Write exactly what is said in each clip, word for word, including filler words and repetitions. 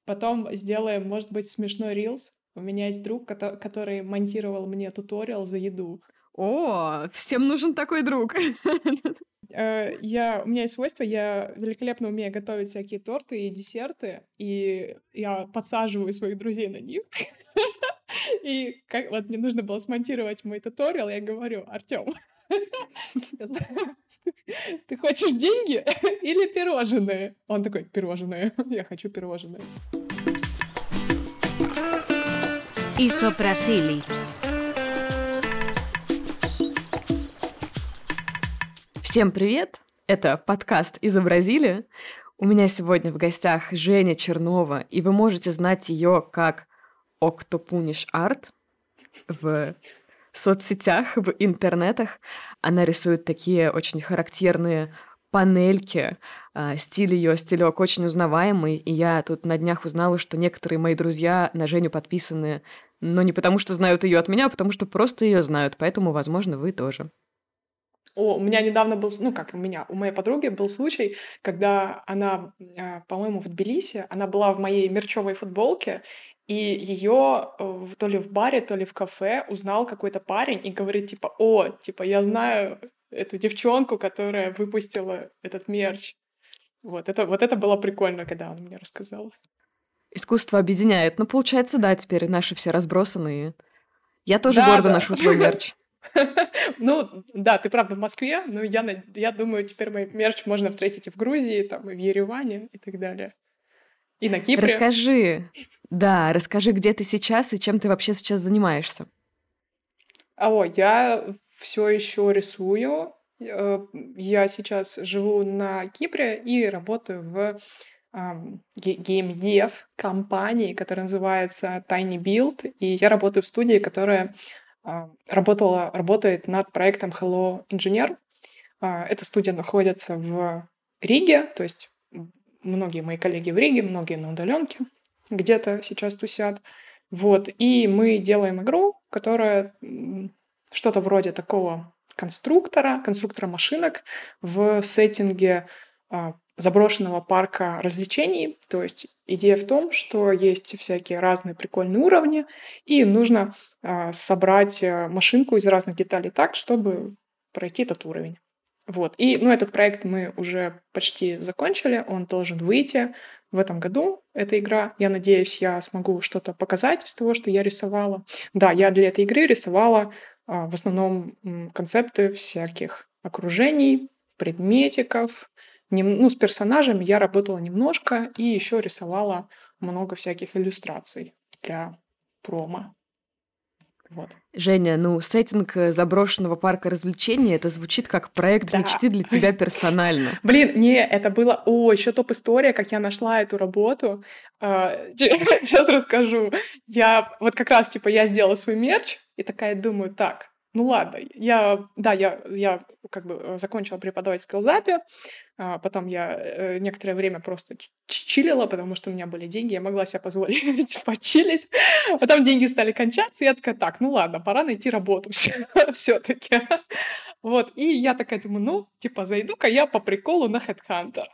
Потом сделаем, может быть, смешной рилс. У меня есть друг, кото- который монтировал мне туториал за еду. О, всем нужен такой друг. Э, Я, у меня есть свойство, я великолепно умею готовить всякие торты и десерты, и я подсаживаю своих друзей на них. И как вот мне нужно было смонтировать мой туториал, я говорю: Артём, ты хочешь деньги или пирожные? Он такой: пирожные. Я хочу пирожные. Isoprasili. Всем привет! Это подкаст «Изобразили». У меня сегодня в гостях Женя Чернова, и вы можете знать ее как Octopunish Art в соцсетях, в интернетах. Она рисует такие очень характерные панельки. А, Стиль ее, стилек очень узнаваемый, и я тут на днях узнала, что некоторые мои друзья на Женю подписаны, но не потому, что знают ее от меня, а потому что просто ее знают, поэтому, возможно, вы тоже. О, у меня недавно был, с- ну как у меня, у моей подруги был случай, когда она, а, по-моему, в Тбилиси, она была в моей мерчевой футболке, и ее то ли в баре, то ли в кафе узнал какой-то парень и говорит, типа, о, типа, я знаю эту девчонку, которая выпустила этот мерч. Вот это, вот это было прикольно, когда он мне рассказал. Искусство объединяет. Ну, получается, да, теперь наши все разбросанные. Я тоже Да, гордо да. ношу твой мерч. Ну, да, ты правда в Москве, но я, на- я думаю, теперь мой мерч можно встретить и в Грузии, там, и в Ереване, и так далее. И на Кипре. Расскажи, да, расскажи, где ты сейчас и чем ты вообще сейчас занимаешься. А, о, я все еще рисую. Э, Я сейчас живу на Кипре и работаю в ам, ге- геймдев компании, которая называется Tiny Build. И я работаю в студии, которая а, работала, работает над проектом Hello Engineer. А, Эта студия находится в Риге, то есть м, многие мои коллеги в Риге, многие на удаленке где-то сейчас тусят. Вот, и мы делаем игру, которая м, что-то вроде такого конструктора, конструктора машинок в сеттинге а, заброшенного парка развлечений. То есть идея в том, что есть всякие разные прикольные уровни, и нужно а, собрать э, машинку из разных деталей так, чтобы пройти этот уровень. Вот. И, ну, этот проект мы уже почти закончили, он должен выйти в этом году, эта игра. Я надеюсь, я смогу что-то показать из того, что я рисовала. Да, я для этой игры рисовала а, в основном м, концепты всяких окружений, предметиков. Нем- ну, с персонажами я работала немножко и еще рисовала много всяких иллюстраций для промо. Вот. Женя, ну, сеттинг э, заброшенного парка развлечений, это звучит как проект Да. мечты для тебя персонально. Блин, не, это было... О, еще топ-история, как я нашла эту работу. Сейчас расскажу. Я вот как раз, типа, я сделала свой мерч, и такая думаю, так, ну ладно, я, да, я, я как бы э, закончила преподавать в скиллзапе, а, потом я э, некоторое время просто ч- чилила, потому что у меня были деньги, я могла себе позволить почилить. Потом деньги стали кончаться, и я такая, так, ну ладно, пора найти работу все-таки. Вот, и я такая думаю, ну, типа, зайду-ка я по приколу на HeadHunter.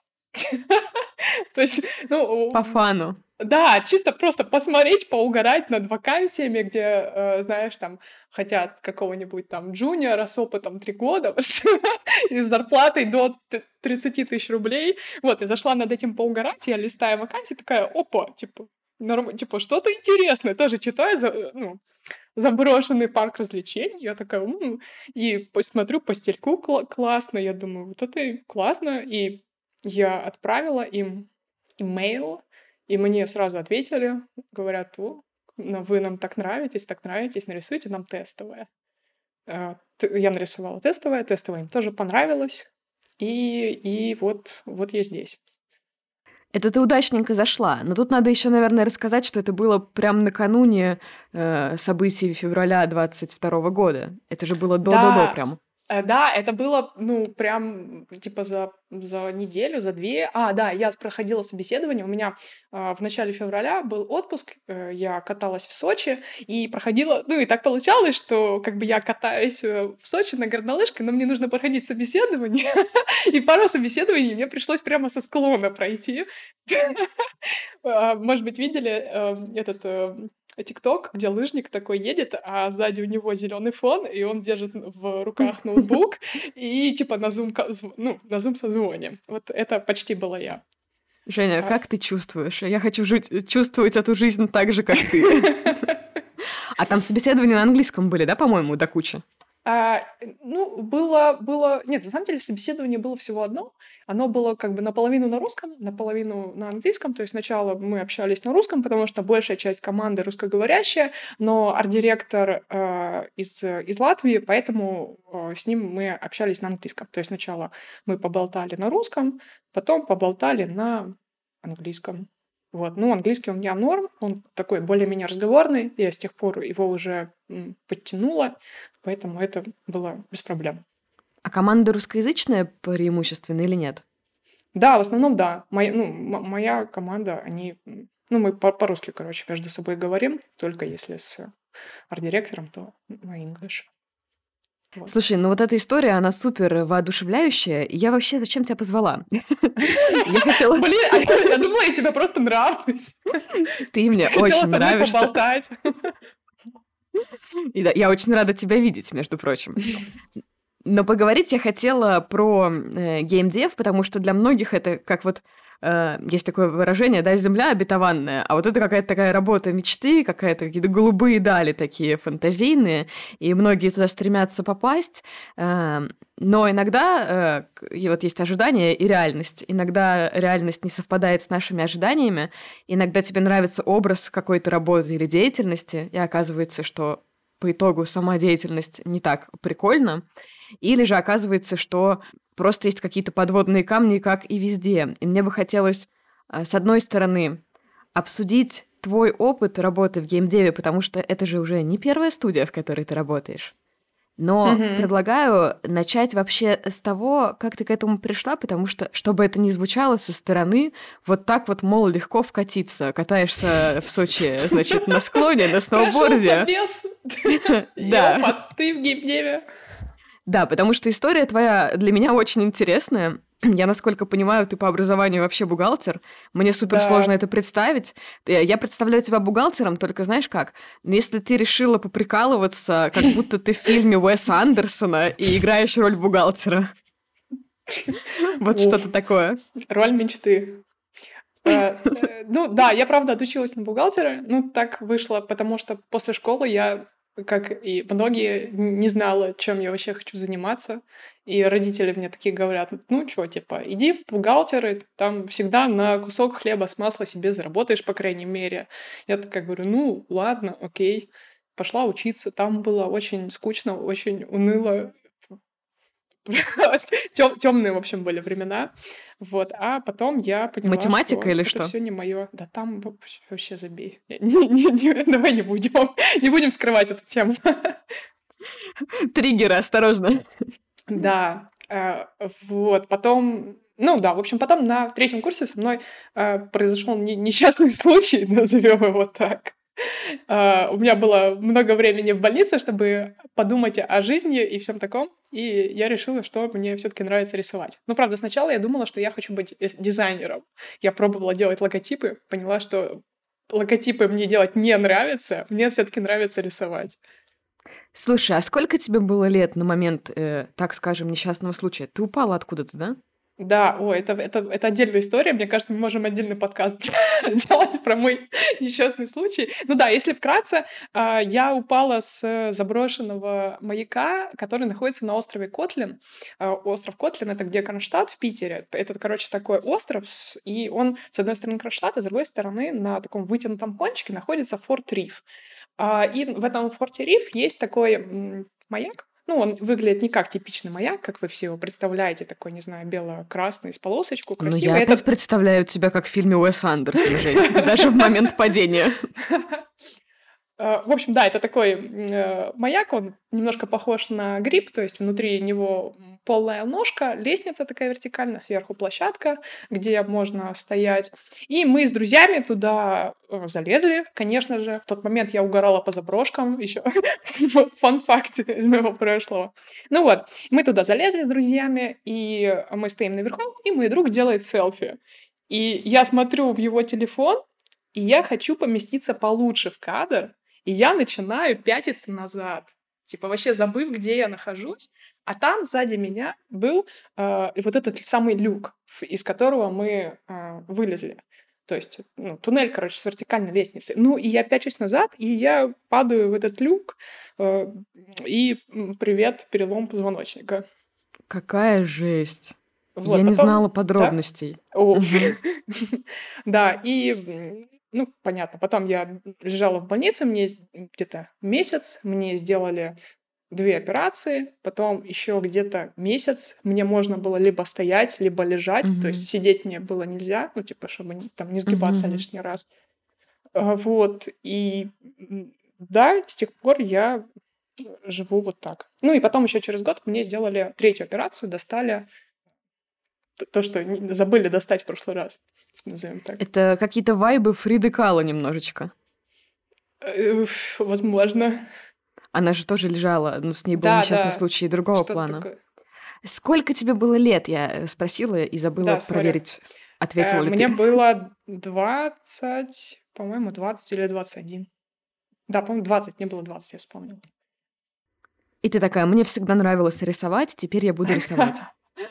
То есть, По ну, фану. да, чисто просто посмотреть, поугарать над вакансиями, где, э, знаешь, там хотят какого-нибудь там джуниора с опытом три года и с зарплатой до т- тридцать тысяч рублей. Вот, я зашла над этим поугарать, я листаю вакансии, такая, опа, типа, норм... типа, что-то интересное, тоже читаю, за- э, ну, заброшенный парк развлечений. Я такая, «М». И посмотрю по стильку кла- классно. Я думаю, вот это и классно. И я отправила им имейл, и мне сразу ответили, говорят, «О, ну, вы нам так нравитесь, так нравитесь, нарисуйте нам тестовое». Э, т- Я нарисовала тестовое, тестовое им тоже понравилось. И, и вот, вот я здесь. Это ты удачненько зашла. Но тут надо еще, наверное, рассказать, что это было прям накануне э, событий февраля двадцать второго года. Это же было до-до-до Да, прям. Э, да, это было, ну, прям, типа, за за неделю, за две. А, да, я с проходила собеседование. У меня, а, в начале февраля был отпуск, э, я каталась в Сочи и проходила ну, и так получалось, что как бы я катаюсь, э, в Сочи на горнолыжке, но мне нужно проходить собеседование, и пару собеседований мне пришлось прямо со склона пройти. А, может быть, видели, эм, этот, эм, "Тикток", где лыжник такой едет, а сзади у него зеленый фон, и он держит н в руках ноутбук и типа на зум ка зв ну, на зум-созвоне. Вот это почти была я. Женя, А как ты чувствуешь? Я хочу жить чувствовать эту жизнь так же, как ты. А там собеседования на английском были, да, по-моему, до кучи? А, ну, было было нет, на самом деле собеседование было всего одно. Оно было как бы наполовину на русском, наполовину на английском. То есть сначала мы общались на русском, потому что большая часть команды русскоговорящая, но арт-директор, а, из из Латвии, поэтому, а, с ним мы общались на английском. То есть сначала мы поболтали на русском, потом поболтали на английском. Вот. Ну, английский у меня норм, он такой более-менее разговорный. Я с тех пор его уже, м, подтянула, поэтому это было без проблем. А команда русскоязычная преимущественно или нет? Да, в основном да. Моя, ну, м- моя команда, они, м, ну, мы по- по-русски, короче, между собой говорим, только если с арт-директором, то на English. Вот. Слушай, ну вот эта история, она супер воодушевляющая. И я вообще зачем тебя позвала? Я хотела... Блин, а я, я думала, я тебе просто нравлюсь. Ты мне Хотела очень со мной нравишься. поболтать. И да, я очень рада тебя видеть, между прочим. Но поговорить я хотела про э, геймдев, потому что для многих это как вот э, есть такое выражение, да, земля обетованная, а вот это какая-то такая работа мечты, какая-то какие-то голубые дали такие фантазийные, и многие туда стремятся попасть, э, но иногда э, к- и вот есть ожидания и реальность. Иногда реальность не совпадает с нашими ожиданиями, иногда тебе нравится образ какой-то работы или деятельности, и оказывается, что по итогу сама деятельность не так прикольна. Или же оказывается, что просто есть какие-то подводные камни, как и везде. И мне бы хотелось, а, с одной стороны, обсудить твой опыт работы в геймдеве, потому что это же уже не первая студия, в которой ты работаешь. Но Мгм. предлагаю начать вообще с того, как ты к этому пришла, потому что, чтобы это не звучало со стороны, вот так вот, мол, легко вкатиться. Катаешься в Сочи, значит, на склоне, на Прошел сноуборде. собес. Да. Ёпа, ты в геймдеве. Да, потому что история твоя для меня очень интересная. Я, насколько понимаю, ты по образованию вообще бухгалтер. Мне супер сложно Да. это представить. Э, Я представляю тебя бухгалтером, только знаешь как? Но если ты решила поприкалываться, как будто ты в фильме Уэса Андерсона и играешь роль бухгалтера. Вот что-то Уф, такое. роль мечты. Э, э, ну да, я правда отучилась на бухгалтера. Ну, так вышло, потому что после школы я, как и многие, н- не знала, чем я вообще хочу заниматься. И родители мне такие говорят, ну чё, типа, иди в бухгалтеры, там всегда на кусок хлеба с масла себе заработаешь, по крайней мере. Я такая говорю, ну ладно, окей. Пошла учиться. Там было очень скучно, очень уныло. Темные, в общем, были времена. Вот. А потом я поняла, Математика что или это что? все не мое. Да там вообще вообще забей. Не- не- не- Давай не будем. Не будем скрывать эту тему. Триггеры, осторожно. Да. э, Вот. Потом... Ну да, в общем, потом на третьем курсе со мной э, произошел не- несчастный случай, назовем его так. А, У меня было много времени в больнице, чтобы подумать о жизни и всем таком. И я решила, что мне все-таки нравится рисовать. Ну, правда, сначала я думала, что я хочу быть э, дизайнером. Я пробовала делать логотипы, поняла, что логотипы мне делать не нравится, мне все-таки нравится рисовать. Слушай, а сколько тебе было лет на момент, э, так скажем, несчастного случая? Ты упала откуда-то, да? Да, о, это, это, это отдельная история. Мне кажется, мы можем отдельный подкаст делать про мой несчастный случай. Ну да, если вкратце, а, я упала с заброшенного маяка, который находится на острове Котлин. А, Остров Котлин — это где Кронштадт в Питере. Это, короче, такой остров, с- и он, с одной стороны, Кронштадт, а с другой стороны, на таком вытянутом кончике находится Форт Риф. А, И в этом Форте Риф есть такой м, маяк. Ну, он выглядит не как типичный маяк, как вы все его представляете, такой, не знаю, бело-красный, с полосочку, Ну, я красивый. опять Этот... представляю тебя как в фильме Уэса Андерсона, Жень, даже в момент падения. Э, в общем, да, это такой, э, маяк, он немножко похож на гриб, то есть внутри него, м, полная ножка, лестница такая вертикальная, сверху площадка, где можно стоять. И мы с друзьями туда, э, залезли, конечно же. В тот момент я угорала по заброшкам, ещё фан-факт из моего прошлого. Ну вот, мы туда залезли с друзьями, и мы стоим наверху, и мой друг делает селфи. И я смотрю в его телефон, и я хочу поместиться получше в кадр, и я начинаю пятиться назад, типа вообще забыв, где я нахожусь. А там сзади меня был, э, вот этот самый люк, ф из которого мы, э, вылезли. То есть, ну, туннель, короче, с вертикальной лестницей. Ну, и я пячусь назад, и я падаю в этот люк, э, и, м, привет, перелом позвоночника. Какая жесть! Я Вот, не потом знала да? подробностей. О, Мгм. да, и, м, ну, понятно, потом я, м, лежала в больнице, мне с где-то месяц, мне сделали две операции, потом ещё где-то месяц мне можно было либо стоять, либо лежать, то есть Мгм. сидеть мне было нельзя, ну, типа, чтобы н там не Мгм, сгибаться мгм. лишний раз. А, вот, и, м, да, с тех пор я живу вот так. Ну и потом ещё через год мне сделали третью операцию, достали т то, что н забыли достать в прошлый раз, с назовём так. Это какие-то вайбы Фриды Кало немножечко. Э, возможно. Она же тоже лежала, но с ней был Да, несчастный да, случай другого что-то плана. такое. Сколько тебе было лет? Я, э, спросила и забыла Да, сори. проверить, ответила Э, ли ты. мне было двадцать, по-моему, двадцать или двадцать один. Да, по-моему, двадцать, мне было двадцать, я вспомнила. И ты такая: "Мне всегда нравилось рисовать, теперь я буду рисовать".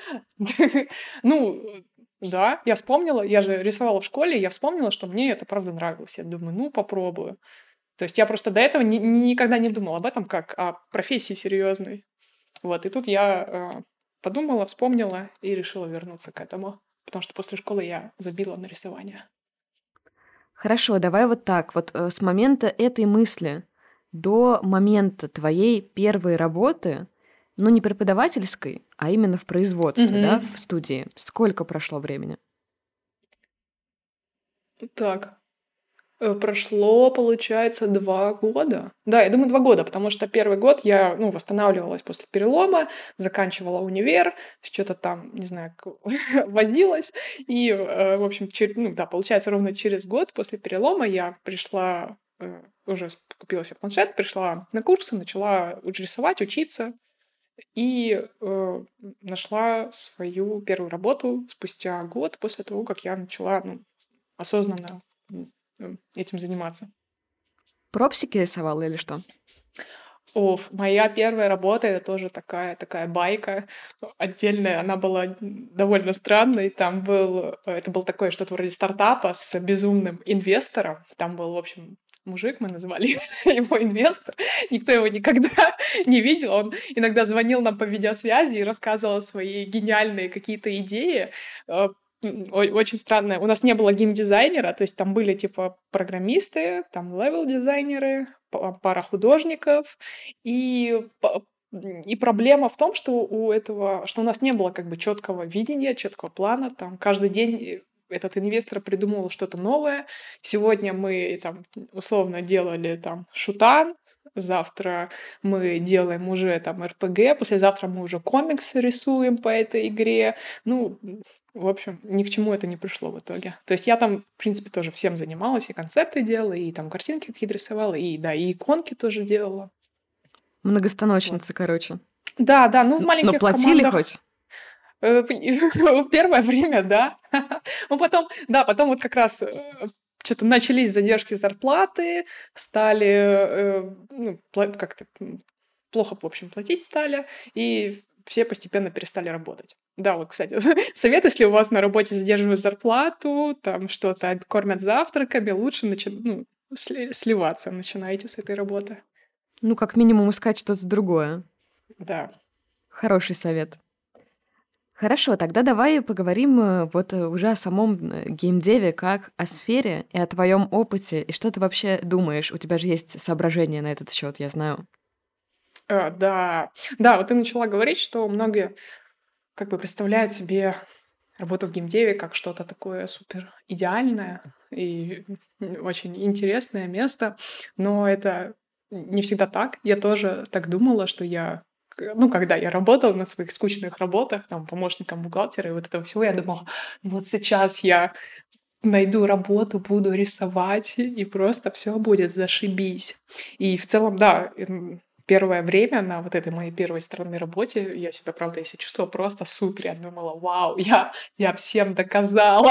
Ну да, я вспомнила, я же рисовала в школе, я вспомнила, что мне это правда нравилось. Я думаю: "Ну, попробую". То есть я просто до этого ни никогда не думала об этом как о профессии серьёзной. Вот, и тут я, э, подумала, вспомнила и решила вернуться к этому, потому что после школы я забила на рисование. Хорошо, давай вот так вот, э, с момента этой мысли до момента твоей первой работы, ну, не преподавательской, а именно в производстве, да, Мгм. в студии, сколько прошло времени? Так, э, прошло, получается, два года. Да, я думаю, два года, потому что первый год я, ну, восстанавливалась после перелома, заканчивала универ, чё-то там, не знаю, к возилась. И, э, в общем, чер ну да, получается, ровно через год после перелома я пришла, э, уже с купила себе планшет, пришла на курсы, начала уч рисовать, учиться и, э, м, нашла свою первую работу спустя год после того, как я начала, ну, осознанно, м, м, этим заниматься. Пропсики рисовала или что? Оф, моя первая работа- это тоже такая такая байка отдельная. Она была, м, довольно странной. Там был это был такой что-то вроде стартапа с безумным инвестором. Там был, в общем, мужик, мы называли его инвестор. Никто его никогда не видел. Он иногда звонил нам по видеосвязи и рассказывал свои гениальные какие-то идеи. Э, м, ой очень странное. У нас не было геймдизайнера, то есть там были типа программисты, там левел-дизайнеры, па пара художников. И па м, и проблема в том, что у этого что у нас не было как бы чёткого видения, чёткого плана. Там каждый день, э, этот инвестор придумывал что-то новое. Сегодня мы там условно делали там шутан, завтра мы делаем уже там эр пэ гэ, послезавтра мы уже комиксы рисуем по этой игре. Ну, м, в общем, ни к чему это не пришло в итоге. То есть я там, в принципе, тоже всем занималась, и концепты делала, и там картинки какие-то рисовала, и да, и иконки тоже делала. Вот. Многостаночница, короче. Да, да, ну, в Н но маленьких платили командах, хоть? э, в и в первое время, да. Ну, потом, да, потом вот как раз, э, чё-то начались задержки зарплаты, стали, э, ну, пла как-то, м, плохо, в общем, платить стали, и в все постепенно перестали работать. Да, вот, кстати, совет, если у вас на работе задерживают зарплату, там что-то об кормят завтраками, лучше начи ну, сли сливаться начинайте с этой работы. Ну, как минимум, искать что-то другое. Да. Хороший совет. Хорошо, тогда давай поговорим, э, вот, э, уже о самом, э, геймдеве как о сфере и о твоем опыте. И что ты вообще думаешь? У тебя же есть соображения на этот счет, я знаю. Э, да. Да, вот ты начала говорить, что многие как бы представляют себе работу в геймдеве как что-то такое супер идеальное и очень интересное место, но это не всегда так. Я тоже так думала, что я к ну, когда я работала на своих скучных работах, там, помощником бухгалтера и вот этого всего, я думала: "Ну вот сейчас я найду работу, буду рисовать, и просто все будет зашибись". И в целом, да, м, первое время на вот этой моей первой странной работе я себя, правда, я себя чувствовала просто супер. Я думала: "Вау, я я всем доказала,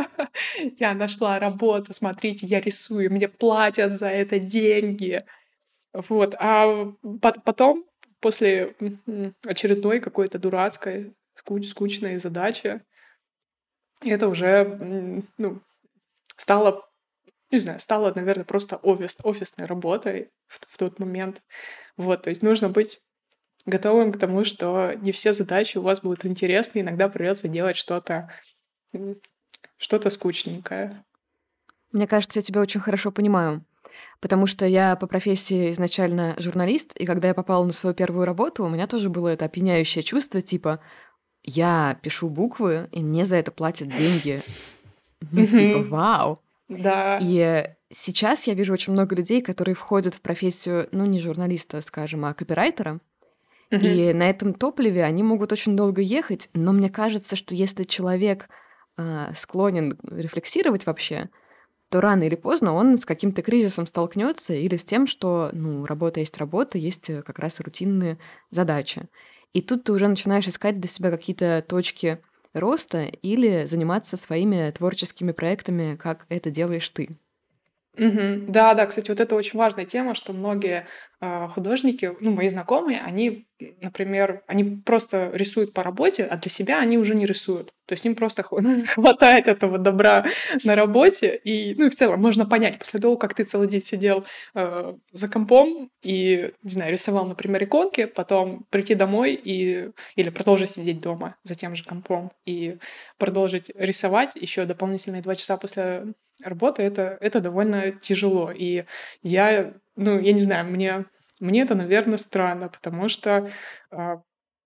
я нашла работу, смотрите, я рисую, мне платят за это деньги". Вот, а пот потом, после, м, очередной какой-то дурацкой, скуч скучной задачи, это уже, м, ну, стало, не знаю, стало, наверное, просто офис офисной работой в в тот момент. Вот, то есть нужно быть готовым к тому, что не все задачи у вас будут интересны, иногда придется делать что-то, м, что-то скучненькое. Мне кажется, я тебя очень хорошо понимаю, потому что я по профессии изначально журналист, и когда я попала на свою первую работу, у меня тоже было это опьяняющее чувство, типа, я пишу буквы, и мне за это платят деньги. Ну, типа, Мгм. вау. Да. И сейчас я вижу очень много людей, которые входят в профессию, ну, не журналиста, скажем, а копирайтера. Мгм. И на этом топливе они могут очень долго ехать, но мне кажется, что если человек а, склонен рефлексировать вообще, то рано или поздно он с каким-то кризисом столкнется или с тем, что, ну, работа есть работа, есть э, как раз рутинные задачи. И тут ты уже начинаешь искать для себя какие-то точки роста или заниматься своими творческими проектами, как это делаешь ты. Мгм. Да, да, кстати, вот это очень важная тема, что многие а, художники, ну, мои знакомые, они, м, например, они просто рисуют по работе, а для себя они уже не рисуют. То есть им просто хва- хватает этого добра на работе. И, ну, и в целом можно понять, после того, как ты целый день сидел э, за компом и, не знаю, рисовал, например, иконки, потом прийти домой и или продолжить сидеть дома за тем же компом и продолжить рисовать еще дополнительные два часа после работа это это довольно тяжело. И я, ну, я не знаю, мне мне это, наверное, странно, потому что, а,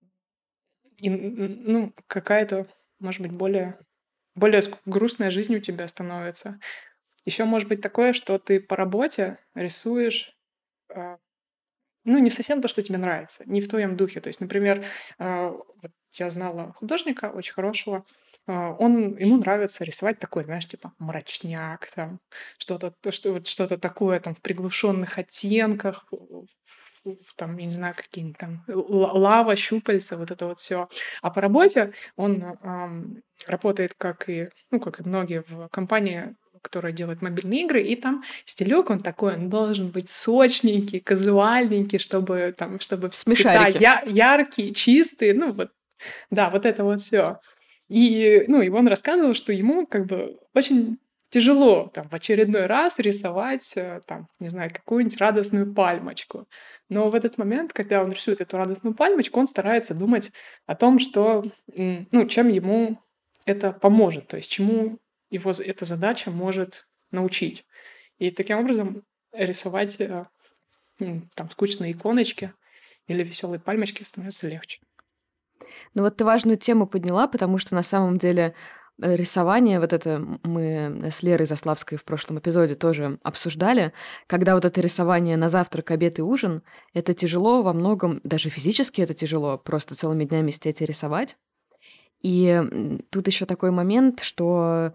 и, н ну, какая-то, может быть, более более ск грустная жизнь у тебя становится. Еще может быть такое, что ты по работе рисуешь, а ну, не совсем то, что тебе нравится, не в твоем духе. То есть, например, а, вот я знала художника очень хорошего, а, он, ему нравится рисовать такой, знаешь, типа мрачняк, там, что-то, то, что, вот что-то такое там в приглушенных оттенках, в- в- в там, я не знаю, какие-нибудь там л- лава, щупальца, вот это вот все. А по работе он ам, работает, как и, ну, как и многие в компании, которая делает мобильные игры, и там стилек он такой, он должен быть сочненький, казуальненький, чтобы там, чтобы цвета Смешарики. я- яркие, чистые, ну вот, да, вот это вот все. И, ну, и он рассказывал, что ему как бы очень тяжело там в очередной раз рисовать, э, там, не знаю, какую-нибудь радостную пальмочку. Но в этот момент, когда он рисует эту радостную пальмочку, он старается думать о том, что, м, ну, чем ему это поможет, то есть чему его з- эта задача может научить. И таким образом рисовать э, м, там скучные иконочки или веселые пальмочки становится легче. Ну вот ты важную тему подняла, потому что на самом деле э, рисование, вот это м- мы с Лерой Заславской в прошлом эпизоде тоже обсуждали, когда вот это рисование на завтрак, обед и ужин, это тяжело во многом, даже физически это тяжело, просто целыми днями сидеть и рисовать. И м, тут еще такой момент, что,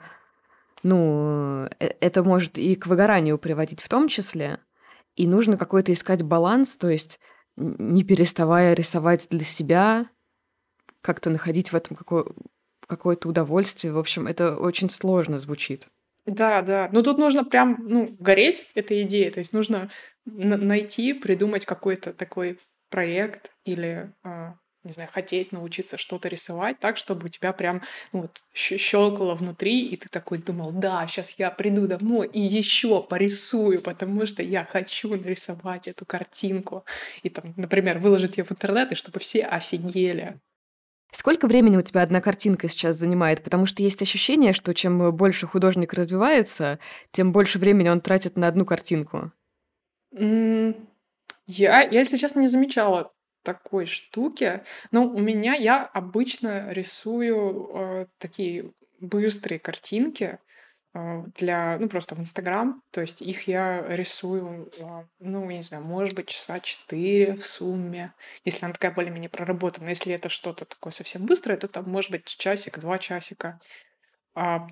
ну, э, это может и к выгоранию приводить в том числе, и нужно какой-то искать баланс, то есть н- не переставая рисовать для себя, как-то находить в этом какое- какое-то удовольствие. В общем, это очень сложно звучит. Да, да. Но тут нужно прям, ну, гореть этой идеей. То есть нужно н- найти, придумать какой-то такой проект или, а, не знаю, хотеть научиться что-то рисовать так, чтобы у тебя прям, ну, вот, щелкало внутри, и ты такой думал, да, сейчас я приду домой и еще порисую, потому что я хочу нарисовать эту картинку. И там, например, выложить ее в интернет, и чтобы все офигели. Сколько времени у тебя одна картинка сейчас занимает? Потому что есть ощущение, что чем больше художник развивается, тем больше времени он тратит на одну картинку. М, Я, я, если честно, не замечала такой штуки. Ну, у меня я обычно рисую э, такие быстрые картинки э, для, ну, просто в Инстаграм. То есть их я рисую, э, ну, я не знаю, может быть, часа четыре в сумме, если она такая более-менее проработана. Если это что-то такое совсем быстрое, то там может быть часик, два часика. А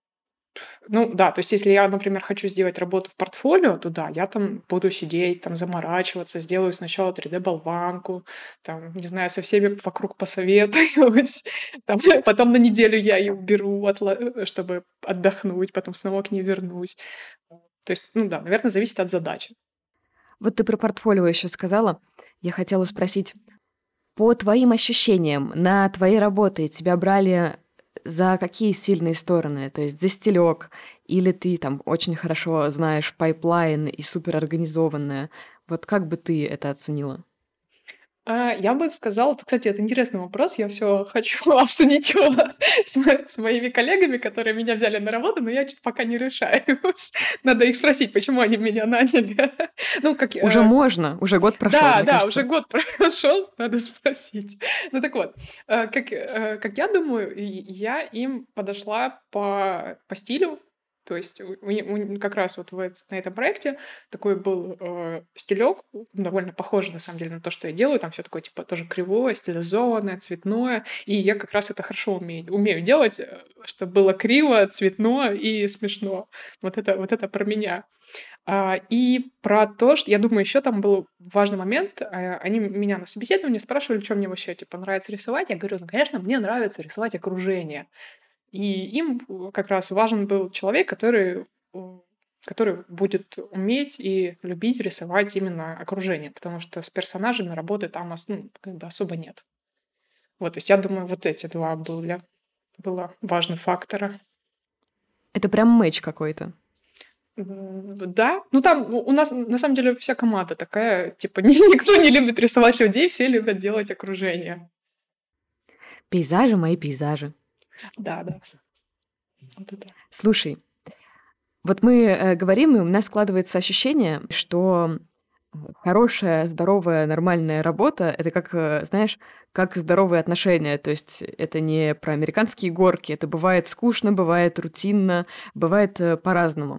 ну да, то есть если я, например, хочу сделать работу в портфолио, то да, я там буду сидеть, там заморачиваться, сделаю сначала три дэ-болванку, там, не знаю, со всеми вокруг посоветуюсь, там, потом на неделю я ее уберу, отла- э, чтобы отдохнуть, потом снова к ней вернусь. То есть, ну да, наверное, зависит от задачи. Вот ты про портфолио еще сказала. Я хотела спросить, по твоим ощущениям, на твои работы тебя брали за какие сильные стороны? То есть за стилек, или ты там очень хорошо знаешь пайплайн и суперорганизованная? Вот как бы ты это оценила? А, я бы сказала, это, кстати, это интересный вопрос. Я все хочу обсудить его с, мо- с моими коллегами, которые меня взяли на работу, но я чё- пока не решаюсь. Надо их спросить, почему они меня наняли. Ну, как, Уже э, можно, уже год прошел, да, мне да, уже кажется. год прошел, надо спросить. Ну так вот, э, как, э, как я думаю, и- я им подошла по, по стилю. То есть у- у не- у- как раз вот в эт- на этом проекте такой был э, стилек, довольно похожий на самом деле на то, что я делаю. Там все такое типа тоже кривое, стилизованное, цветное. И я как раз это хорошо умею, умею делать, э, чтобы было криво, цветно и смешно. Вот это, вот это про меня. А, и про то, что, я думаю, еще там был важный момент. а, Они меня на собеседовании спрашивали, что мне вообще типа нравится рисовать. Я говорю, ну, конечно, мне нравится рисовать окружение. И им э, как раз важен был человек, который, э, который будет уметь и любить рисовать именно окружение, потому что с персонажами работы там ос- ну, как бы особо нет. Вот, то есть я думаю, вот эти два были, было важных фактора. Это прям мэч какой-то. М, Да, ну там у у нас на самом деле вся команда такая, типа ни- никто не любит рисовать людей, все любят делать окружение. Пейзажи мои пейзажи. Да, да, вот это. Слушай, вот мы э, говорим, и у меня складывается ощущение, что э, хорошая, здоровая, нормальная работа — это как, э, знаешь, как здоровые отношения. То есть это не про американские горки. Это бывает скучно, бывает рутинно, бывает э, по-разному.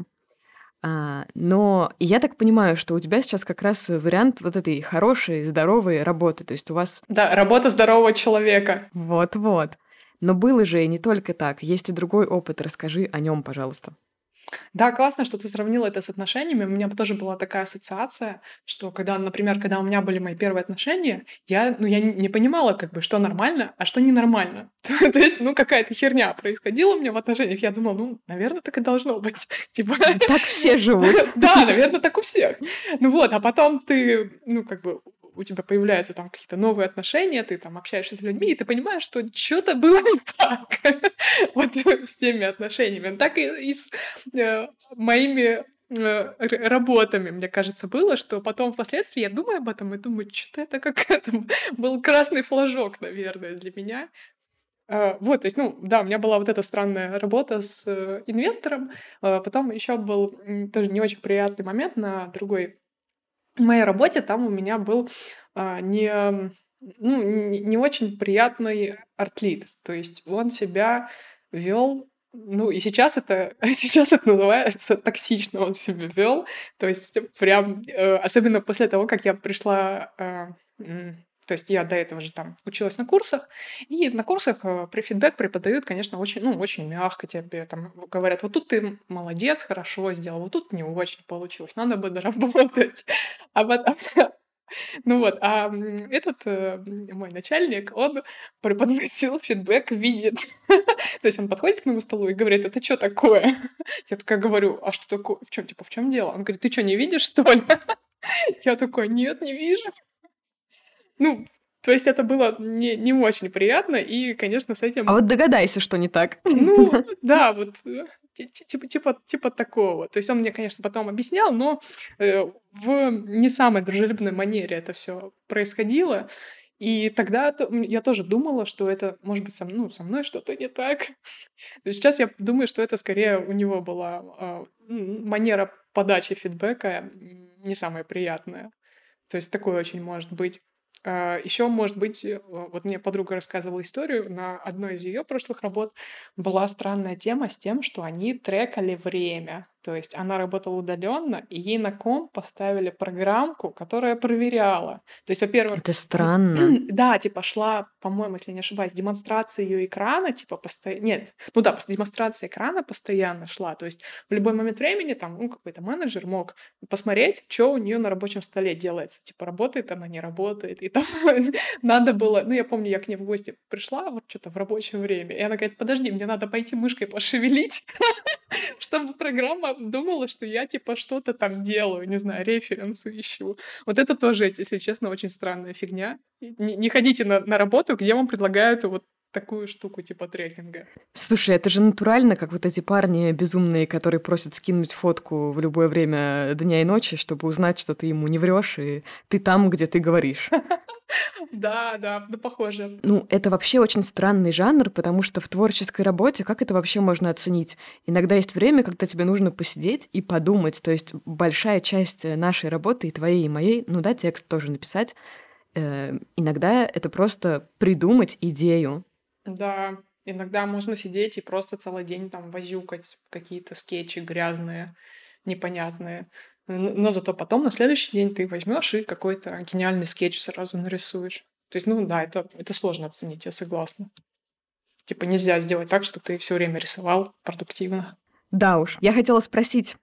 А, но я так понимаю, что у тебя сейчас как раз вариант вот этой хорошей, здоровой работы. То есть у вас Да, работа здорового человека. вот-вот. Но было же и не только так. Есть и другой опыт. Расскажи о нем, пожалуйста. Да, классно, что ты сравнила это с отношениями. У меня тоже была такая ассоциация, что когда, например, когда у меня были мои первые отношения, я, ну, я не не понимала, как бы, что нормально, а что ненормально. То есть, ну, какая-то херня происходила у меня в отношениях. Я думала, ну, наверное, так и должно быть. Типа, Так все живут. да, наверное, так у всех. Ну вот, а потом ты, ну, как бы, у тебя появляются там какие-то новые отношения, ты там общаешься с людьми, и ты понимаешь, что что-то было не так вот с теми отношениями. Так и, и с э, моими э, р- работами, мне кажется, было, что потом впоследствии я думаю об этом и думаю, что-то это как это был красный флажок, наверное, для меня. Э, Вот, то есть, ну, да, у меня была вот эта странная работа с э, инвестором. Э, Потом еще был м, тоже не очень приятный момент на другой моей работе. Там у меня был а, не, м, ну, не, не очень приятный артлит. То есть он себя вел, ну и сейчас это, сейчас это называется токсично он себя вел. То есть прям, э, особенно после того, как я пришла, а, м, то есть я до этого же там училась на курсах, и на курсах э, при фидбэк преподают, конечно, очень, ну, очень мягко тебе там говорят, вот тут ты молодец, хорошо сделал, вот тут не очень получилось, надо бы доработать. А потом, ну вот, а м, этот э, м, мой начальник, он преподносил фидбэк в виде... То есть он подходит к моему столу и говорит, это что такое? Я такая говорю, а что такое? В чем, типа, в чем дело? Он говорит, ты что, не видишь, что ли? Я такой, нет, не вижу. Ну, то есть это было не, не очень приятно, и, конечно, с А этим... вот догадайся, что не так. Ну, да, вот э, ти- ти- типа, типа, типа такого. То есть он мне, конечно, потом объяснял, но э, в не самой дружелюбной манере это все происходило. И тогда то- м, я тоже думала, что это, может быть, со, мн- ну, со мной что-то не так. То есть сейчас я думаю, что это скорее у него была а, м, манера подачи фидбэка м, не самая приятная. То есть такое очень может быть. Еще, может быть, э, вот мне подруга рассказывала историю, на одной из ее прошлых работ была странная тема с тем, что они трекали время. То есть она работала удаленно, и ей на комп поставили программку, которая проверяла. То есть, во-первых, Это м, странно. да, типа шла, по-моему, если не ошибаюсь, демонстрация ее экрана, типа постоянно. Нет, ну да, пос- демонстрация экрана постоянно шла. То есть в любой момент времени там ну, какой-то менеджер мог посмотреть, что у нее на рабочем столе делается. Типа, работает она, не работает. И там надо было... Ну, я помню, я к ней в гости пришла вот что-то в рабочее время, и она говорит, подожди, мне надо пойти мышкой пошевелить, чтобы программа думала, что я, типа, что-то там делаю, не знаю, референсы ищу. Вот это тоже, если честно, очень странная фигня. И Не, не ходите на, на работу, где вам предлагают вот такую штуку, типа трекинга. Слушай, это же натурально, как вот эти парни безумные, которые просят скинуть фотку в любое время дня и ночи, чтобы узнать, что ты ему не врешь, и ты там, где ты говоришь. Да, да, да, похоже. Ну, это вообще очень странный жанр, потому что в творческой работе как это вообще можно оценить? Иногда есть время, когда тебе нужно посидеть и подумать. То есть большая часть э, нашей работы, и твоей, и моей, ну да, текст тоже написать, э, иногда это просто придумать идею. Да, иногда можно сидеть и просто целый день там возюкать какие-то скетчи грязные, непонятные. Н- Но зато потом на следующий день ты возьмешь и какой-то гениальный скетч сразу нарисуешь. То есть, ну да, это, это сложно оценить, я согласна. Типа нельзя сделать так, что ты все время рисовал продуктивно. Да уж, я хотела спросить,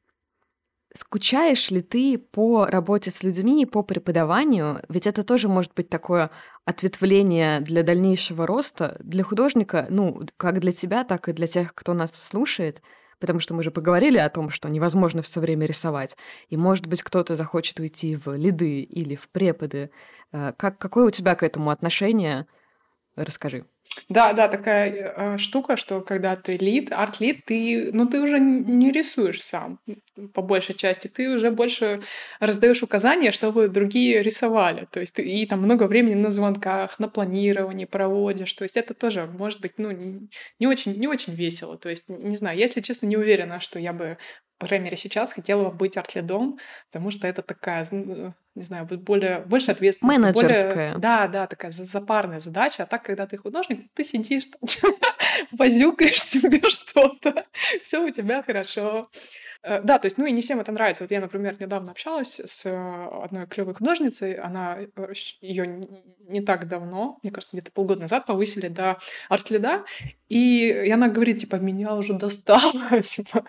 скучаешь ли ты по работе с людьми, по преподаванию? Ведь это тоже может быть такое ответвление для дальнейшего роста. Для художника, ну, как для тебя, так и для тех, кто нас слушает, потому что мы же поговорили о том, что невозможно все время рисовать. И, может быть, кто-то захочет уйти в лиды или в преподы. Э, Как, какое у тебя к этому отношение? Расскажи. Да, да, такая э, штука, что когда ты лид, арт-лид, ты, ну, ты уже н- не рисуешь сам, м, по большей части. Ты уже больше раздаешь указания, чтобы другие рисовали. То есть ты и там много времени на звонках, на планировании проводишь. То есть это тоже может быть, ну, н- не очень, не очень весело. То есть, н- не знаю, я, если честно, не уверена, что я бы, по крайней мере, сейчас хотела бы быть арт-лидом, потому что это такая, зн- не знаю, будет более, больше ответственности, более, Менеджерская. да, да, такая за- запарная задача. А так, когда ты художник, ты сидишь, там, возюкаешь себе что-то, все у тебя хорошо. Э, Да, то есть, ну и не всем это нравится. Вот я, например, недавно общалась с э, одной клевой художницей, она ее не так давно, мне кажется, где-то полгода назад повысили до арт-лида, и и она говорит, типа, меня уже достало, типа,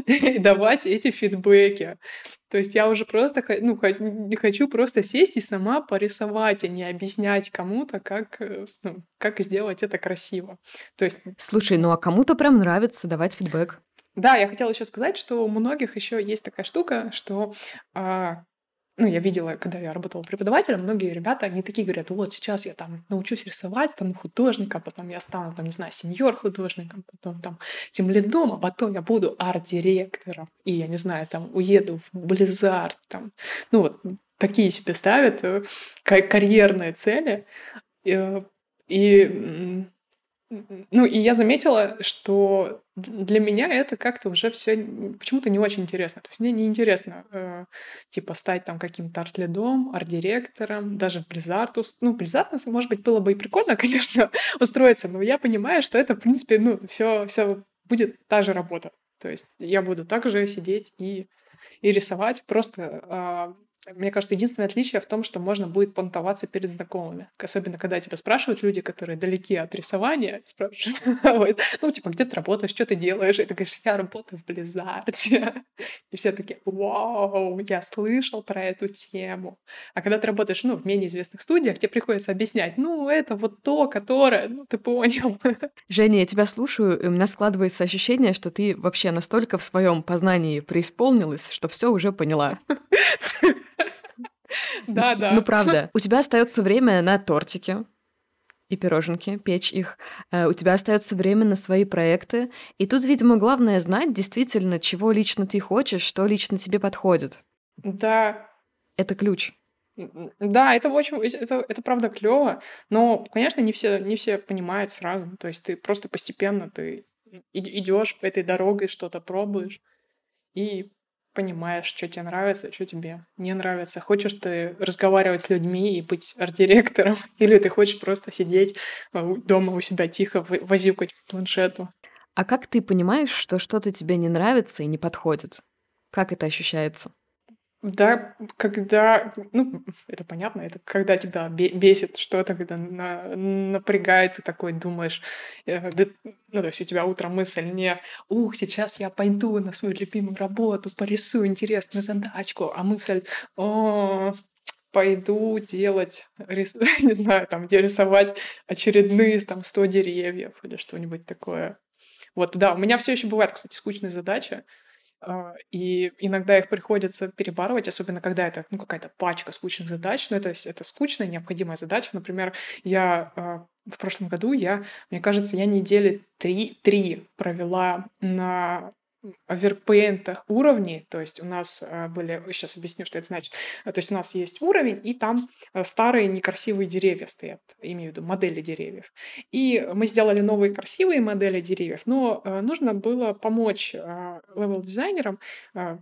давать эти фидбэки. То есть я уже просто ха- ну, ха- не хочу просто сесть и сама порисовать, а не объяснять кому-то, как, э, ну, как сделать это красиво. То есть, Слушай, ну а кому-то прям нравится давать фидбэк. да, я хотела еще сказать, что у многих еще есть такая штука, что а, ну, я видела, когда я работала преподавателем, многие ребята, они такие говорят, вот сейчас я там научусь рисовать, стану художником, потом я стану, там, не знаю, сеньор-художником, потом там тимлидом, а потом я буду арт-директором, и, я не знаю, там, уеду в Близзард, там, ну, вот такие себе ставят э, ка- карьерные цели. Э, И, м, ну, и я заметила, что для меня это как-то уже все почему-то не очень интересно. То есть мне неинтересно, э, типа, стать там каким-то арт-лидом, арт-директором, даже в Blizzard. ус- Ну, Blizzard, нас, может быть, было бы и прикольно, конечно, устроиться, но я понимаю, что это, в принципе, ну, все, все будет та же работа. То есть я буду также сидеть и, и рисовать. Просто, а, мне кажется, единственное отличие в том, что можно будет понтоваться перед знакомыми. Особенно, когда тебя спрашивают люди, которые далеки от рисования, спрашивают, вот, ну, типа, где ты работаешь, что ты делаешь? И ты говоришь, я работаю в Близзарде. И все такие, вау, я слышал про эту тему. А когда ты работаешь, ну, в менее известных студиях, тебе приходится объяснять, ну, это вот то, которое, ну, ты понял. Женя, я тебя слушаю, и у меня складывается ощущение, что ты вообще настолько в своем познании преисполнилась, что все уже поняла. Н- Да, Ну, да. правда, у тебя остается время на тортики и пироженки, печь их. Э, У тебя остается время на свои проекты. И тут, видимо, главное знать действительно, чего лично ты хочешь, что лично тебе подходит. Да, Это ключ. М, да, это очень, э, это, это правда клево, но, конечно, не все, не все понимают сразу. То есть ты просто постепенно ты идешь по этой дорогой, что-то пробуешь, и понимаешь, что тебе нравится, что тебе не нравится. Хочешь ты разговаривать с людьми и быть арт-директором, или ты хочешь просто сидеть а, у- дома у себя тихо, вы- возюкать по планшету. А как ты понимаешь, что что-то тебе не нравится и не подходит? Как это ощущается? Да, когда, ну, это понятно, это когда тебя бе- бесит что-то, когда на- напрягает, ты такой думаешь, э, да, ну, то есть у тебя утром мысль не «Ух, сейчас я пойду на свою любимую работу, порисую интересную задачку», а мысль «О, пойду делать, рис- не знаю, там, где рисовать очередные там сто деревьев или что-нибудь такое». Вот, да, у меня все еще бывают, кстати, скучные задачи, а, и иногда их приходится перебарывать, особенно когда это, ну, какая-то пачка скучных задач. Ну, это, с- это скучная, необходимая задача. Например, я а, в прошлом году, я, мне кажется, я недели три, три провела на оверпейнтах уровней, то есть у нас а, были, сейчас объясню, что это значит. А, То есть у нас есть уровень, и там а, старые некрасивые деревья стоят, имею в виду модели деревьев. И мы сделали новые красивые модели деревьев, но э, нужно было помочь э, левел-дизайнерам э,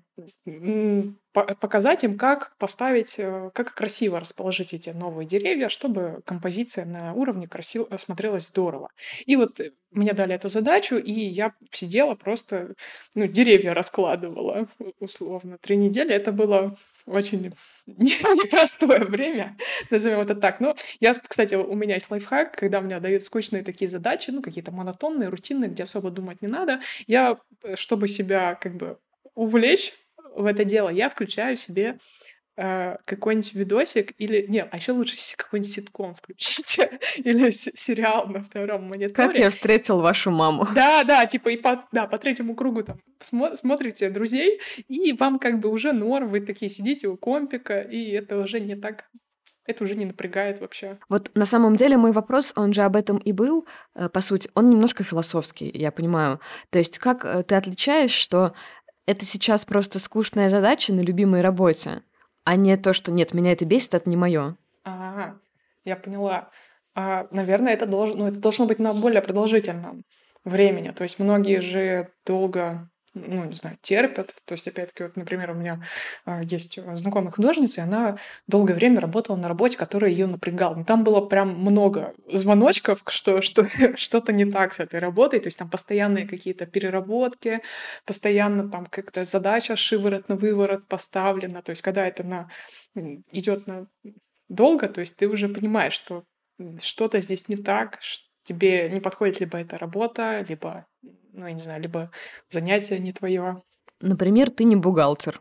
м, по- показать им, как поставить, э, как красиво расположить эти новые деревья, чтобы композиция на уровне красиво смотрелась здорово. И вот э, мне дали эту задачу, и я сидела просто, ну, деревья раскладывала, у- условно, три недели. Это было очень непростое время, назовем это так. Но я, кстати, у меня есть лайфхак, когда мне дают скучные такие задачи, ну, какие-то монотонные, рутинные, где особо думать не надо, я, э, чтобы себя как бы увлечь в это дело, я включаю себе э, какой-нибудь видосик или... Нет, а еще лучше с- какой-нибудь ситком включите или с- сериал на втором Как мониторе. я встретил вашу маму? Да, да, типа и по, да, по третьему кругу там смо- смотрите друзей, и вам как бы уже норм, вы такие сидите у компика, и это уже не так, это уже не напрягает вообще. Вот на самом деле мой вопрос, он же об этом и был, э, по сути, он немножко философский, я понимаю. То есть как э, ты отличаешь, что это сейчас просто скучная задача на любимой работе, а не то, что нет, меня это бесит, это не мое. Ага, я поняла. А, наверное, это должен, ну, это должно быть на более продолжительном времени. То есть многие же долго, ну, не знаю, терпят. То есть, опять-таки, вот, например, у меня а, есть а, знакомая художница, и она долгое время работала на работе, которая ее напрягала. Но там было прям много звоночков, что, что что-то не так с этой работой. То есть там постоянные какие-то переработки, постоянно там как-то задача шиворот на выворот поставлена. То есть когда это на идет на долго, то есть ты уже понимаешь, что м, что-то здесь не так, ш- тебе не подходит либо эта работа, либо, ну, я не знаю, либо занятие не твое. Например, ты не бухгалтер.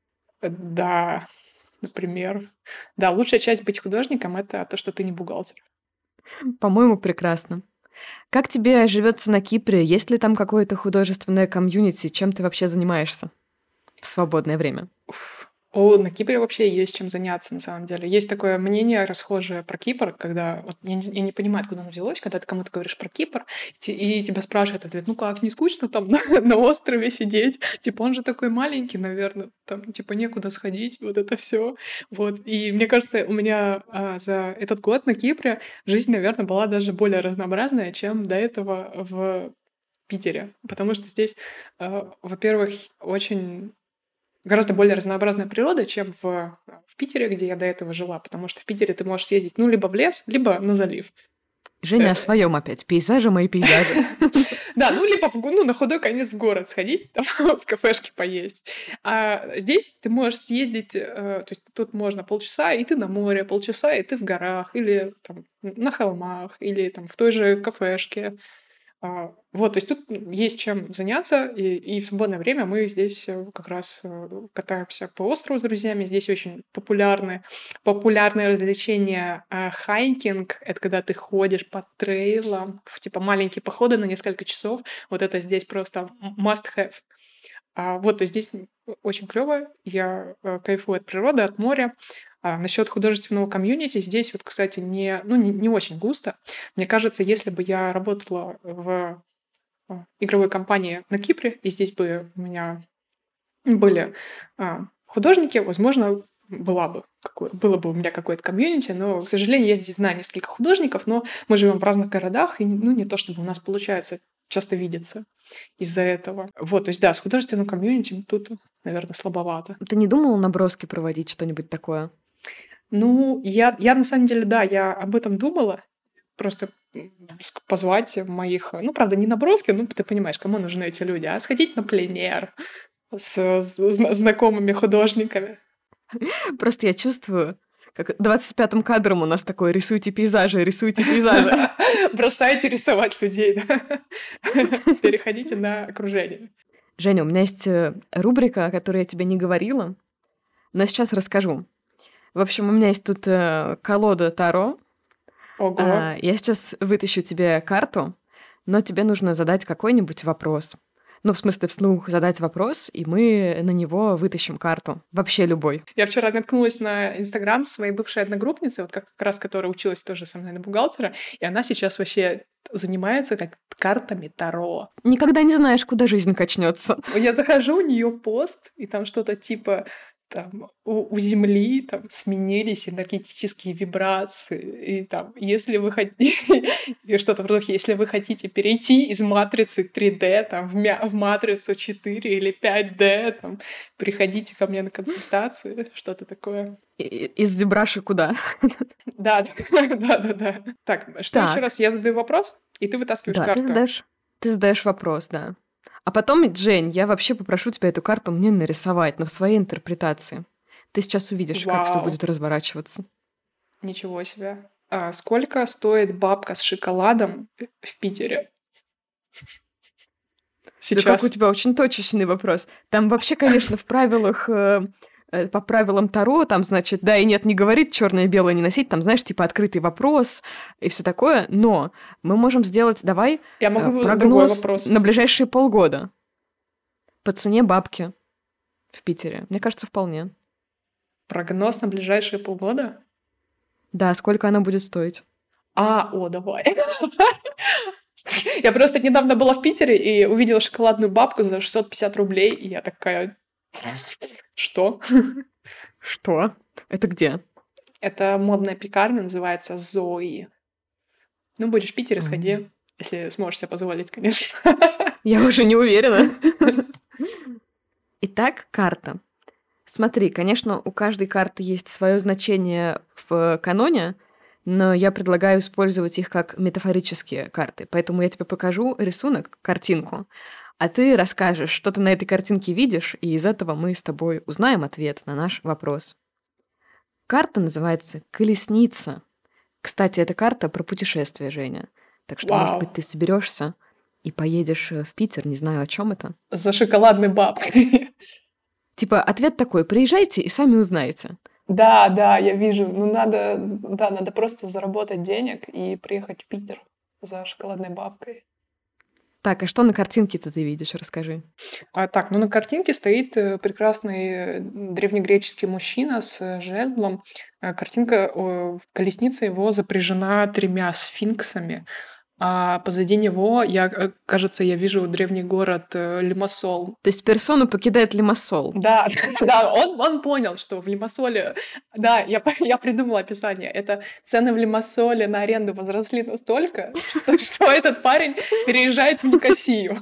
Да, например. Да, лучшая часть быть художником — это то, что ты не бухгалтер. По-моему, прекрасно. Как тебе живется на Кипре? Есть ли там какое-то художественное комьюнити? Чем ты вообще занимаешься в свободное время? Уф. О, на Кипре вообще есть чем заняться, на самом деле. Есть такое мнение расхожее про Кипр, когда... Вот я, не, я не понимаю, откуда оно взялось, когда ты кому-то говоришь про Кипр, и, те- и тебя спрашивают ответ, ну как, не скучно там на, на острове сидеть? Типа, он же такой маленький, наверное, там, типа, некуда сходить, вот это все. Вот. И мне кажется, у меня а, за этот год на Кипре жизнь, наверное, была даже более разнообразная, чем до этого в Питере. Потому что здесь, а, во-первых, очень гораздо более разнообразная природа, чем в, в Питере, где я до этого жила, потому что в Питере ты можешь съездить, ну, либо в лес, либо на залив. Женя о Э, своем опять. Пейзажи мои пейзажи. Да, ну, либо в, го- ну, на худой конец в город сходить, там, в кафешке поесть. А здесь ты можешь съездить, э, то есть тут можно полчаса, и ты на море, полчаса, и ты в горах, или там на холмах, или там в той же кафешке. А, Вот, то есть тут есть чем заняться, и, и в свободное время мы здесь э, как раз э, катаемся по острову с друзьями. Здесь очень популярны, популярное развлечение э, хайкинг. Это когда ты ходишь по трейлам, в, типа маленькие походы на несколько часов. Вот это здесь просто м- must have. А, вот, то есть здесь м, очень клево. Я э, кайфую от природы, от моря. А, насчет художественного комьюнити здесь вот, кстати, не, ну, не, не очень густо. Мне кажется, если бы я работала в а, игровой компании на Кипре, и здесь бы у меня были а, художники, возможно, была бы какое- было бы у меня какое-то комьюнити, но, к сожалению, я здесь знаю несколько художников, но мы живем в разных городах, и ну, не то чтобы у нас получается часто видеться из-за этого. Вот, то есть да, с художественным комьюнити тут наверное, слабовато. Ты не думала наброски проводить, что-нибудь такое? Ну, я, я на самом деле, да, я об этом думала. Просто м, ск- позвать моих, ну, правда, не наброски, ну, ты понимаешь, кому нужны эти люди, а сходить на пленер с, с зна- знакомыми художниками. Просто я чувствую, как двадцать пятым кадром у нас такое «рисуйте пейзажи, рисуйте пейзажи». Бросайте рисовать людей, да. Переходите на окружение. Женя, у меня есть э, рубрика, о которой я тебе не говорила, но сейчас расскажу. В общем, у меня есть тут э, колода Таро. Ого. А, я сейчас вытащу тебе карту, но тебе нужно задать какой-нибудь вопрос. Ну, в смысле, вслух задать вопрос, и мы на него вытащим карту. Вообще любой. Я вчера наткнулась на Инстаграм своей бывшей одногруппницы, вот как как раз которая училась тоже со мной на бухгалтера, и она сейчас вообще занимается как картами Таро. Никогда не знаешь, куда жизнь качнется. Я захожу, у нее пост, и там что-то типа там у, у Земли там сменились энергетические вибрации, и там, если вы хотите, и что-то в духе, если вы хотите перейти из матрицы три дэ там, в, мя- в матрицу четыре или пять дэ, там, приходите ко мне на консультации, что-то такое. И- и- Из зебраши куда? Да, да, да, да. Так, что еще Так, раз? Я задаю вопрос, и ты вытаскиваешь да, ты карту. задаешь, ты задаешь вопрос, да. А потом, Жень, я вообще попрошу тебя эту карту мне нарисовать, но в своей интерпретации. Ты сейчас увидишь, как все Вау, будет разворачиваться. ничего себе. А сколько стоит бабка с шоколадом в Питере Да как у сейчас? тебя очень точечный вопрос. Там вообще, конечно, в правилах, э, э, по правилам Таро, там, значит, да и нет, не говорит черное и белое не носить, там, знаешь, типа открытый вопрос и все такое, но мы можем сделать, давай, Я э, могу другой прогноз вопрос. на ближайшие полгода по цене бабки в Питере. Мне кажется, вполне. Прогноз на ближайшие полгода? Да, сколько она будет стоить? А, о, давай. Я просто недавно была в Питере и увидела шоколадную бабку за шестьсот пятьдесят рублей, и я такая, что? Что? Это где? Это модная пекарня, называется Зои. Ну, будешь в Питере, М. сходи, если сможешь себе позволить, конечно. Я уже не уверена. Итак, карта. Смотри, конечно, у каждой карты есть свое значение в каноне, но я предлагаю использовать их как метафорические карты. Поэтому я тебе покажу рисунок, картинку, а ты расскажешь, что ты на этой картинке видишь, и из этого мы с тобой узнаем ответ на наш вопрос. Карта называется «Колесница». Кстати, эта карта про путешествие, Женя. Так что, может быть, Вау. ты соберешься и поедешь э, в Питер, не знаю, о чем это. За шоколадной бабкой. Типа, ответ такой: приезжайте и сами узнаете. Да, да, я вижу. Ну, надо, да, надо просто заработать денег и приехать в Питер за шоколадной бабкой. Так, а что на картинке-то ты видишь? Расскажи. А, так, ну на картинке стоит э, прекрасный э, древнегреческий мужчина с э, жезлом. Э, Картинка, о, колесница его запряжена тремя сфинксами. А позади него, я, э, кажется, я вижу древний город э, Лимассол. То есть персону покидает Лимассол. Да, да, он, он понял, что в Лимассоле... Да, я, по- я придумала описание. Это цены в Лимассоле на аренду возросли настолько, что, что этот парень переезжает в Никосию.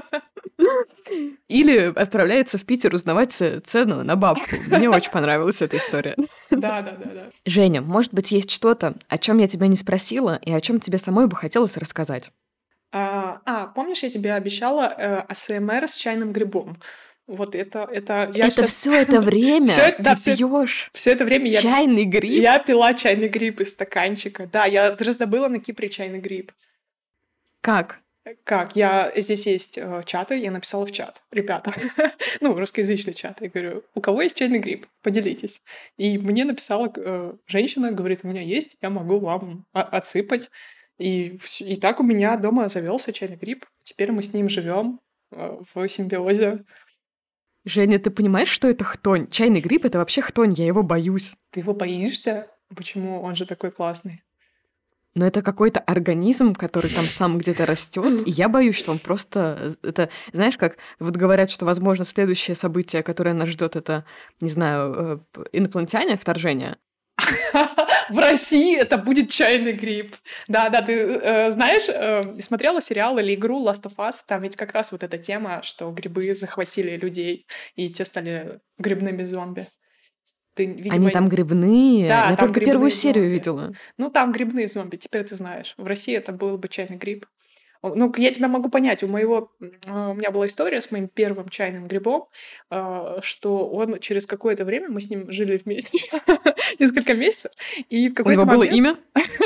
Или отправляется в Питер узнавать ц- цену на бабку. Мне очень понравилась эта история. Да, да, да, да. Женя, может быть, есть что-то, о чем я тебя не спросила и о чем тебе самой бы хотелось рассказать? А, а, помнишь, я тебе обещала э, А С М Р с чайным грибом? Вот это, это я Это сейчас... все это время Всё это- да, ты всё- пьешь Все это время я, чайный гриб? я пила чайный гриб из стаканчика. Да, я раздобыла на Кипре чайный гриб. Как? Как? Я... Здесь есть э, чаты, я написала в чат. Ребята, ну, русскоязычный чат. Я говорю, у кого есть чайный гриб? Поделитесь. И мне написала э, женщина, говорит, у меня есть, я могу вам о- отсыпать. И, вс- и так у меня дома завелся чайный гриб. Теперь мы с ним живем в симбиозе. Женя, ты понимаешь, что это хтонь? Чайный гриб — это вообще хтонь, я его боюсь. Ты его боишься? Почему? Он же такой классный. Но это какой-то организм, который там сам где-то растет, и я боюсь, что он просто... Это, знаешь, как вот говорят, что, возможно, следующее событие, которое нас ждет, это, не знаю, э, инопланетяне, вторжение. В России это будет чайный гриб. Да-да, ты э, знаешь, э, смотрела сериал или игру Last of Us? Там ведь как раз вот эта тема, что грибы захватили людей, и те стали грибными зомби. Ты, видимо... Они там грибные? Да, Я там только первую грибные серию зомби. видела. Ну, там грибные зомби, теперь ты знаешь. В России это был бы чайный гриб. Ну, я тебя могу понять. У моего... У меня была история с моим первым чайным грибом, что он через какое-то время... Мы с ним жили вместе несколько месяцев, и в У какой-то него было момент... имя?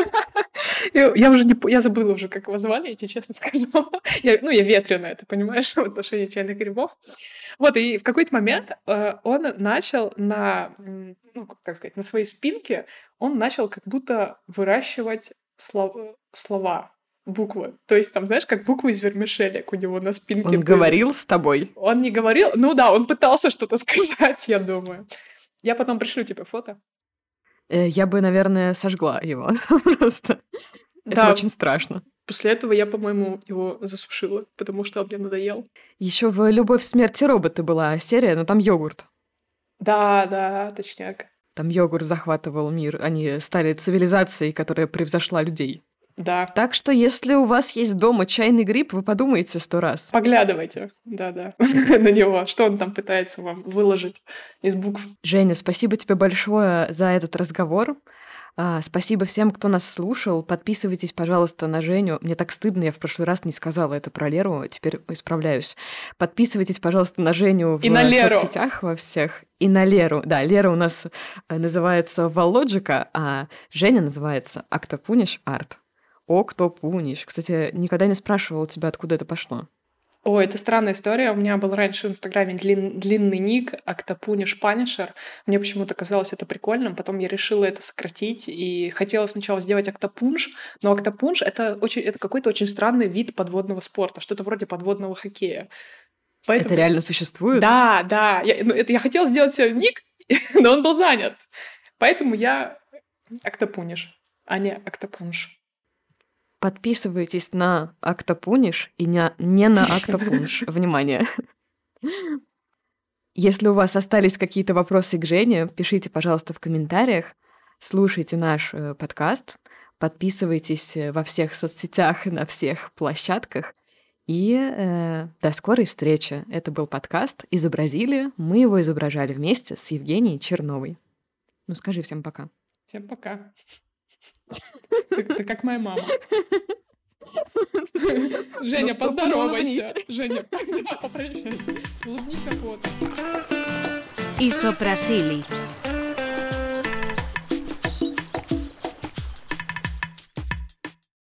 Я, я уже не... по- Я забыла уже, как его звали, я тебе честно скажу. Я, ну, я ветреная, ты понимаешь, в отношении чайных грибов. Вот, и в какой-то момент э, он начал на... м, Ну, как сказать, на своей спинке он начал как будто выращивать слов- слова, буквы. То есть там, знаешь, как буквы из вермишелек у него на спинке Он были. говорил с тобой? Он не говорил... Ну да, он пытался что-то сказать, я думаю. Я потом пришлю тебе фото. Э, Я бы, наверное, сожгла его просто. Это Да, очень страшно. после этого я, по-моему, его засушила, потому что он мне надоел. Еще в «Любовь, смерть и роботы» была серия, но там йогурт. Да, да, точняк. Там йогурт захватывал мир. Они стали цивилизацией, которая превзошла людей. Да. Так что, если у вас есть дома чайный гриб, вы подумайте сто раз. Поглядывайте, да-да, на него, что он там пытается вам выложить из букв. Женя, спасибо тебе большое за этот разговор. А, спасибо всем, кто нас слушал. Подписывайтесь, пожалуйста, на Женю. Мне так стыдно, я в прошлый раз не сказала это про Леру, теперь исправляюсь. Подписывайтесь, пожалуйста, на Женю в И на Леру. соцсетях во всех. И на Леру. Да, Лера у нас э, называется Володжика, а Женя называется Октопуниш Арт. Октопуниш. Кстати, никогда не спрашивала тебя, откуда это пошло. Ой, это странная история. У меня был раньше в Инстаграме длин- длинный ник Октопуниш Панишер. Мне почему-то казалось это прикольным. Потом я решила это сократить и хотела сначала сделать Октопунш. Но Октопунш — это, очень, это какой-то очень странный вид подводного спорта. Что-то вроде подводного хоккея. Поэтому... Это реально существует? Да, да. Я, ну, это я хотела сделать себе ник, но он был занят. Поэтому я Октопуниш, а не Октопунш. Подписывайтесь на Октопуниш и не, не на Октопунш. Внимание. Если у вас остались какие-то вопросы к Жене, пишите, пожалуйста, в комментариях. Слушайте наш э, подкаст. Подписывайтесь во всех соцсетях и на всех площадках. И э, до скорой встречи. Это был подкаст «Изобразили». Мы его изображали вместе с Евгенией Черновой. Ну, скажи всем пока. Всем пока. Ты, ты как моя мама. Женя, Ну, поздоровайся. Женя, да, попрощайся. Улыбнись на фото. Ισοπρασίλη.